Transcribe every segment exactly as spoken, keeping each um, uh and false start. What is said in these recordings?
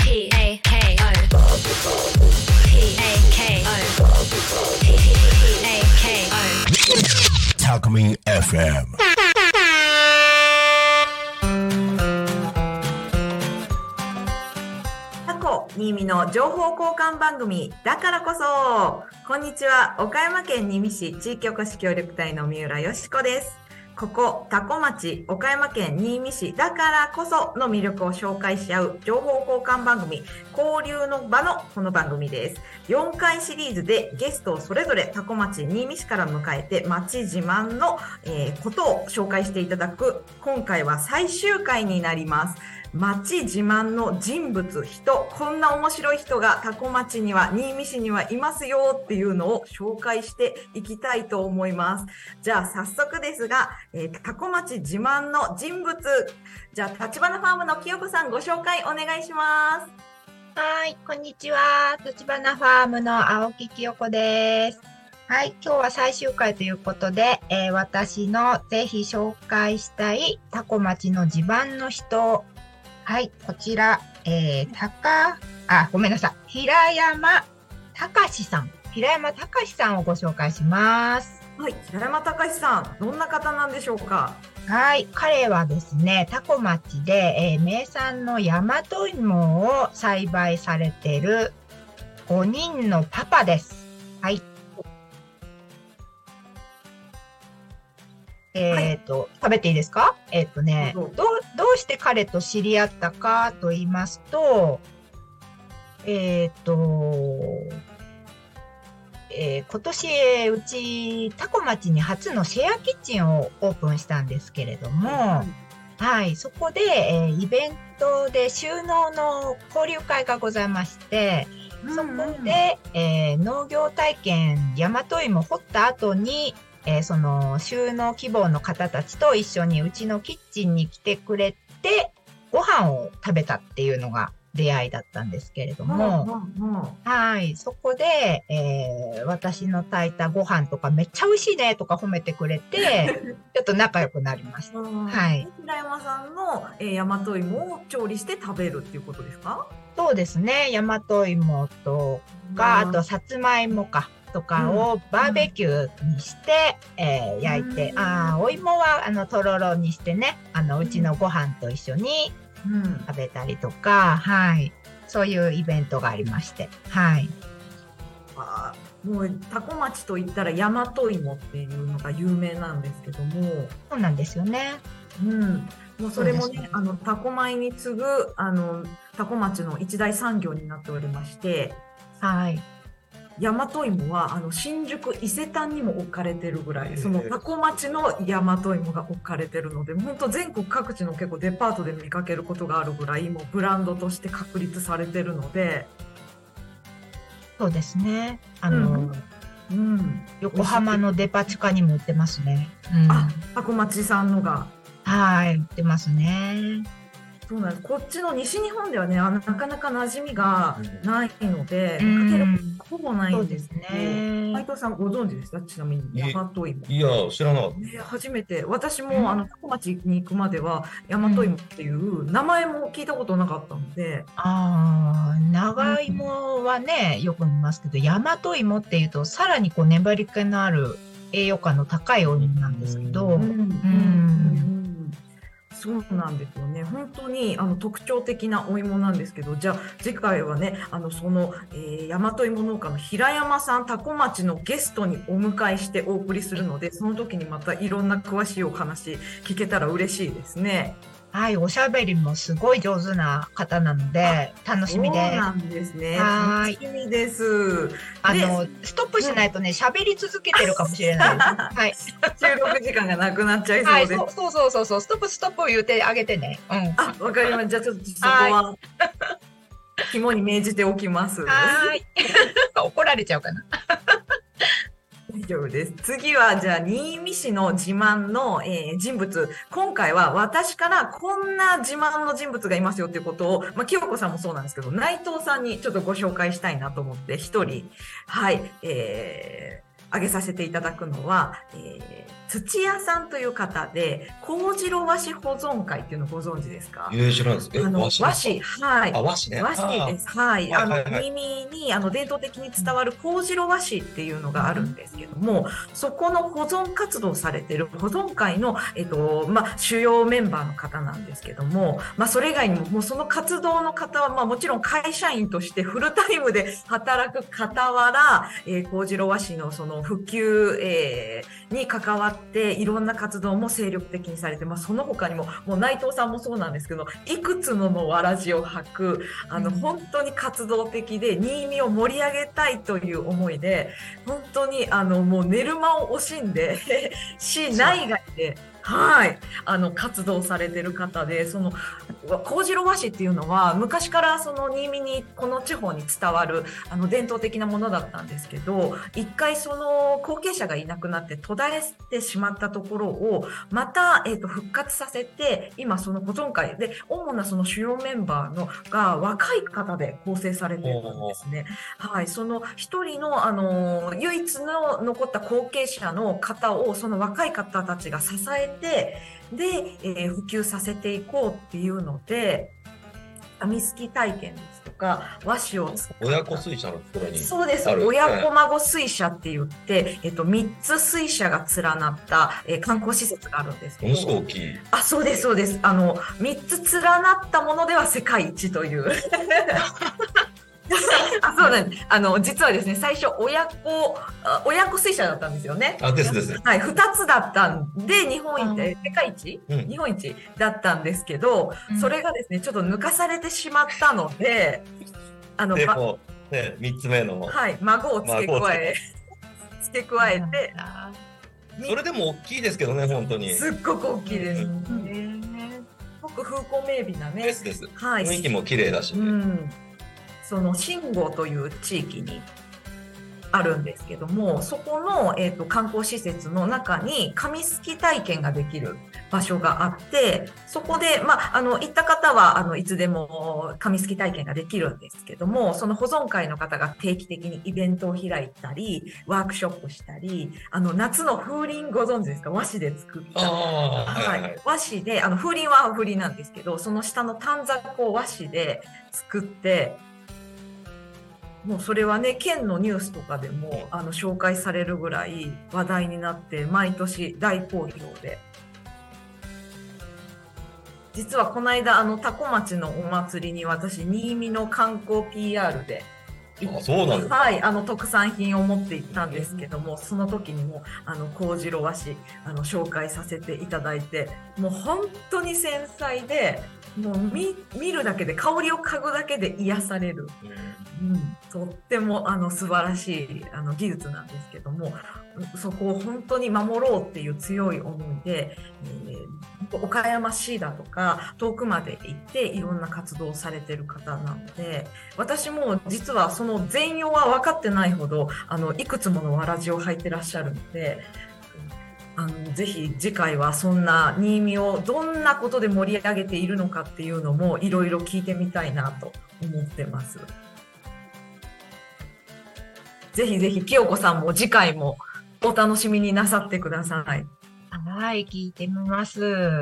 P A K O P A K O P A K O タコミン エフエム。 タコ新見の情報交換番組だからこそ。こんにちは、岡山県新見市地域おこし協力隊の三浦よし子です。ここタコ町岡山県新見市だからこその魅力を紹介し合う情報交換番組、交流の場のこの番組です。よんかいシリーズでゲストをそれぞれタコ町新見市から迎えて町自慢の、えー、ことを紹介していただく、今回は最終回になります。町自慢の人物、人、こんな面白い人がタコ町には、新見市にはいますよっていうのを紹介していきたいと思います。じゃあ早速ですが、えー、タコ町自慢の人物、じゃあ立花ファームの清子さん、ご紹介お願いします。 はい、こんにちは。立花ファームの青木清子です。はい、今日は最終回ということで、えー、私のぜひ紹介したいタコ町の自慢の人、はい、こちら、えー、高、あ、ごめんなさい。平山隆さん。平山隆さんをご紹介します。 はい、平山隆さん、どんな方なんでしょうか？ はい、彼はですね、タコ町で、えー、名産の大和芋を栽培されているごにんのパパです。はい。えっと、はい、食べていいですか？えっとね、どう、どうして彼と知り合ったかと言いますと、えっと、えー、今年、うち、タコ町に初のシェアキッチンをオープンしたんですけれども、はい、はい、そこで、えー、イベントで収納の交流会がございまして、そこで、えー、農業体験、大和芋掘った後に、えー、その収納希望の方たちと一緒にうちのキッチンに来てくれてご飯を食べたっていうのが出会いだったんですけれども、うんうんうん、はい、そこで、えー、私の炊いたご飯とかめっちゃ美味しいねとか褒めてくれてちょっと仲良くなりました。はい、 平山さんの、えー、大和芋を調理して食べるっていうことですか？ そうですね、大和芋とか、あとさつまいもかとかをバーベキューにして、うん、えー、焼いて、あ、お芋はあのとろろにしてね、あのうちのご飯と一緒に食べたりとか、うん、はい、そういうイベントがありまして、はい。 あ、もうタコ町といったら大和芋っていうのが有名なんですけども、 そうなんですよね。 うん、もうそれもね、あのタコ米に次ぐあのタコ町の一大産業になっておりまして、 はい。 大和芋はあの新宿伊勢丹にも置かれてるぐらい、そのタコ町の大和芋が置かれてるので、本当全国各地の結構デパートで見かけることがあるぐらい、もうブランドとして確立されてるので。 そうですね。あの、うんうん、横浜のデパ地下にも売ってますね。 うん、あ、タコ町さんのが。 はい、売ってますね。 そうなんです。こっちの西日本ではね、あのなかなか馴染みがないので、見かけることほぼないんですね。斉藤さんご存知ですか？ちなみに大和芋。 いや、知らなかった。 ね、初めて。私もあのタコ町に行くまでは大和芋っていう名前も聞いたことなかったので。 ああ、長芋はね、よく見ますけど、大和芋っていうとさらにこう粘り気のある栄養価の高いお芋なんですけど、うん。うんそうなんですよね。本当にあの特徴的なお芋なんですけど、じゃあ次回はね、あのその、えー、大和芋農家の平山さん、タコ町のゲストにお迎えしてお送りするので、その時にまたいろんな詳しいお話聞けたら嬉しいですね。 はい、おしゃべりもすごい上手な方なので楽しみです。 そうなんですね。楽しみです。 あのストップしないとね、喋り続けてるかもしれないです。はい。 収録時間がなくなっちゃいそうです。 はい、そうそうそうそう、ストップストップ言ってあげてね。うん。 あ、わかりました。じゃあちょっとそこは肝に銘じておきます。 はい。怒られちゃうかな。 大丈夫です。次はじゃあ新見市の自慢の、えー、人物、今回は私からこんな自慢の人物がいますよっていうことを、まあ、清子さんもそうなんですけど、内藤さんにちょっとご紹介したいなと思って一人、はい、えー挙げさせていただくのは、えー、土屋さんという方で、幸次郎和紙保存会っていうのをご存知ですか？ ええ、知らないです。え、 あの和和紙紙、はい。 あ、和紙ね。 和紙です。はい。あの、 はいはいはい。 耳に、あの、伝統的に伝わる幸次郎和紙っていうのがあるんですけども、そこの保存活動されてる保存会の、えっと、まあ、主要メンバーの方なんですけども、まあ、それ以外にも、もうその活動の方は、まあ、もちろん会社員としてフルタイムで働く傍ら、えー、幸次郎和紙のその普及、えー、に関わって、いろんな活動も精力的にされて、まあ、その他にも、もう内藤さんもそうなんですけど、いくつものわらじを履く、あの、本当に活動的で、新見を盛り上げたいという思いで、本当に、あの、もう寝る間を惜しんで、市内外で、はい、あの活動されてる方で、その幸次郎和紙っていうのは昔からその新見にこの地方に伝わるあの伝統的なものだったんですけど、一回その後継者がいなくなって途絶えてしまったところをまた、えーと、復活させて、今その保存会で主なその主要メンバーのが若い方で構成されているんですね。はい、その一人のあの唯一の残った後継者の方をその若い方たちが支えてで、えー、普及させていこうっていうので、紙すき体験ですとか和紙を使った親子水車のところにそうです、親子孫水車って言って、えっと、みっつ水車が連なった、えー、観光施設があるんですけど、 ものすごい大きい。 あ、そうですそうです、あのみっつ連なったものでは世界一というあ、そうなんです。あの、実はですね、最初、親子、親子水車だったんですよね。 あ、ですです。 はい、二つだったんで、日本一、世界一、うん、日本一だったんですけど、うん、それがですね、ちょっと抜かされてしまったので、あの、 でも、ね、三つ目の。 はい、孫を付け加え、付け加えて、 それでも大きいですけどね、本当に。 すっごく大きいです。うん、すごく風光明媚なね。 ですです。 はい。 雰囲気も綺麗だし、ね。うんその新郷という地域にあるんですけども、そこの、えーと、観光施設の中に紙すき体験ができる場所があって、そこで、まあ、あの行った方はあのいつでも紙すき体験ができるんですけども、その保存会の方が定期的にイベントを開いたりワークショップしたり、あの夏の風鈴ご存知ですか？和紙で作った、はいはい、和紙で、あの風鈴は風鈴なんですけど、その下の短冊を和紙で作って、もうそれはね、県のニュースとかでもあの紹介されるぐらい話題になって毎年大好評で、実はこの間あの多古町のお祭りに私新見の観光 ピーアール であ、そうなんですか。 はい、あの特産品を持って行ったんですけども、その時にもあの幸次郎和紙あの紹介させていただいて、もう本当に繊細で、もう 見, 見るだけで、香りを嗅ぐだけで癒される、うん、とってもあの素晴らしいあの技術なんですけども、そこを本当に守ろうっていう強い思いで、えー、岡山市だとか遠くまで行っていろんな活動をされてる方なので、私も実はその全容は分かってないほどあのいくつものわらじを履いてらっしゃるので、あのぜひ次回はそんな新見をどんなことで盛り上げているのかっていうのもいろいろ聞いてみたいなと思ってます。ぜひぜひ清子さんも次回もお楽しみになさってください。 はい、聞いてみます。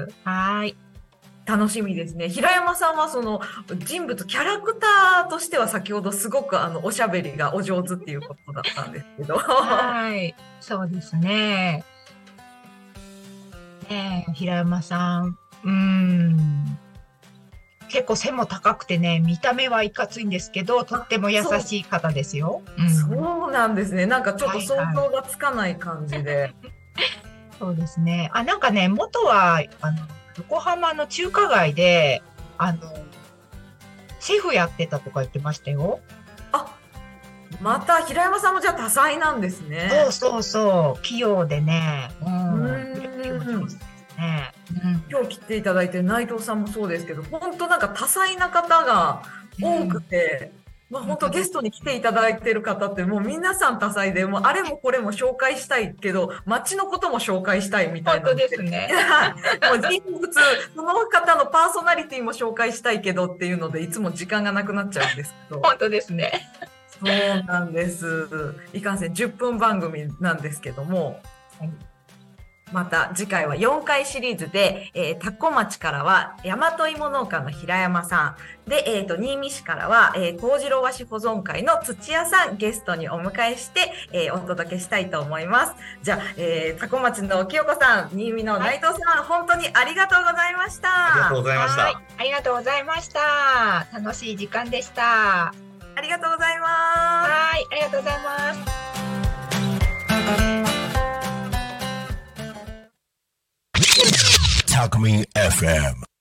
はい。 楽しみですね。平山さんはその人物、キャラクターとしては先ほどすごくあのおしゃべりがお上手っていうことだったんですけど。 はい、そうですね。ねえ、平山さん、うーん、結構背も高くてね、見た目はいかついんですけど、とっても優しい方ですよ。 うん、そうなんですね。なんかちょっと想像がつかない感じで。はいはい、 そうですね。あ、なんかね、元はあの横浜の中華街であのシェフやってたとか言ってましたよ。 あ、また平山さんもじゃあ多彩なんですね。 そうそうそう、器用でね。うん。うんね、 うん、今日来ていただいてる内藤さんもそうですけど、本当なんか多彩な方が多くて、うん、まあ、本当ゲストに来ていただいてる方ってもう皆さん多彩で、もうあれもこれも紹介したいけど街のことも紹介したいみたいな。 本当ですね。 もう人物、その方のパーソナリティも紹介したいけどっていうのでいつも時間がなくなっちゃうんですけど。 本当ですね。 そうなんです。いかんせんじゅっぷん番組なんですけども、はい、また次回はよんかいシリーズで、えー、多古町からは大和芋農家の平山さんで、えー、と新見市からは、えー、幸次郎和紙保存会の土屋さんゲストにお迎えして、えー、お届けしたいと思います。じゃあ、えー、多古町の清子さん、新見の内藤さん、はい、本当にありがとうございました。 ありがとうございました。 はい、ありがとうございました。楽しい時間でした。 ありがとうございます。 はい、ありがとうございます。 Talk Me エフエム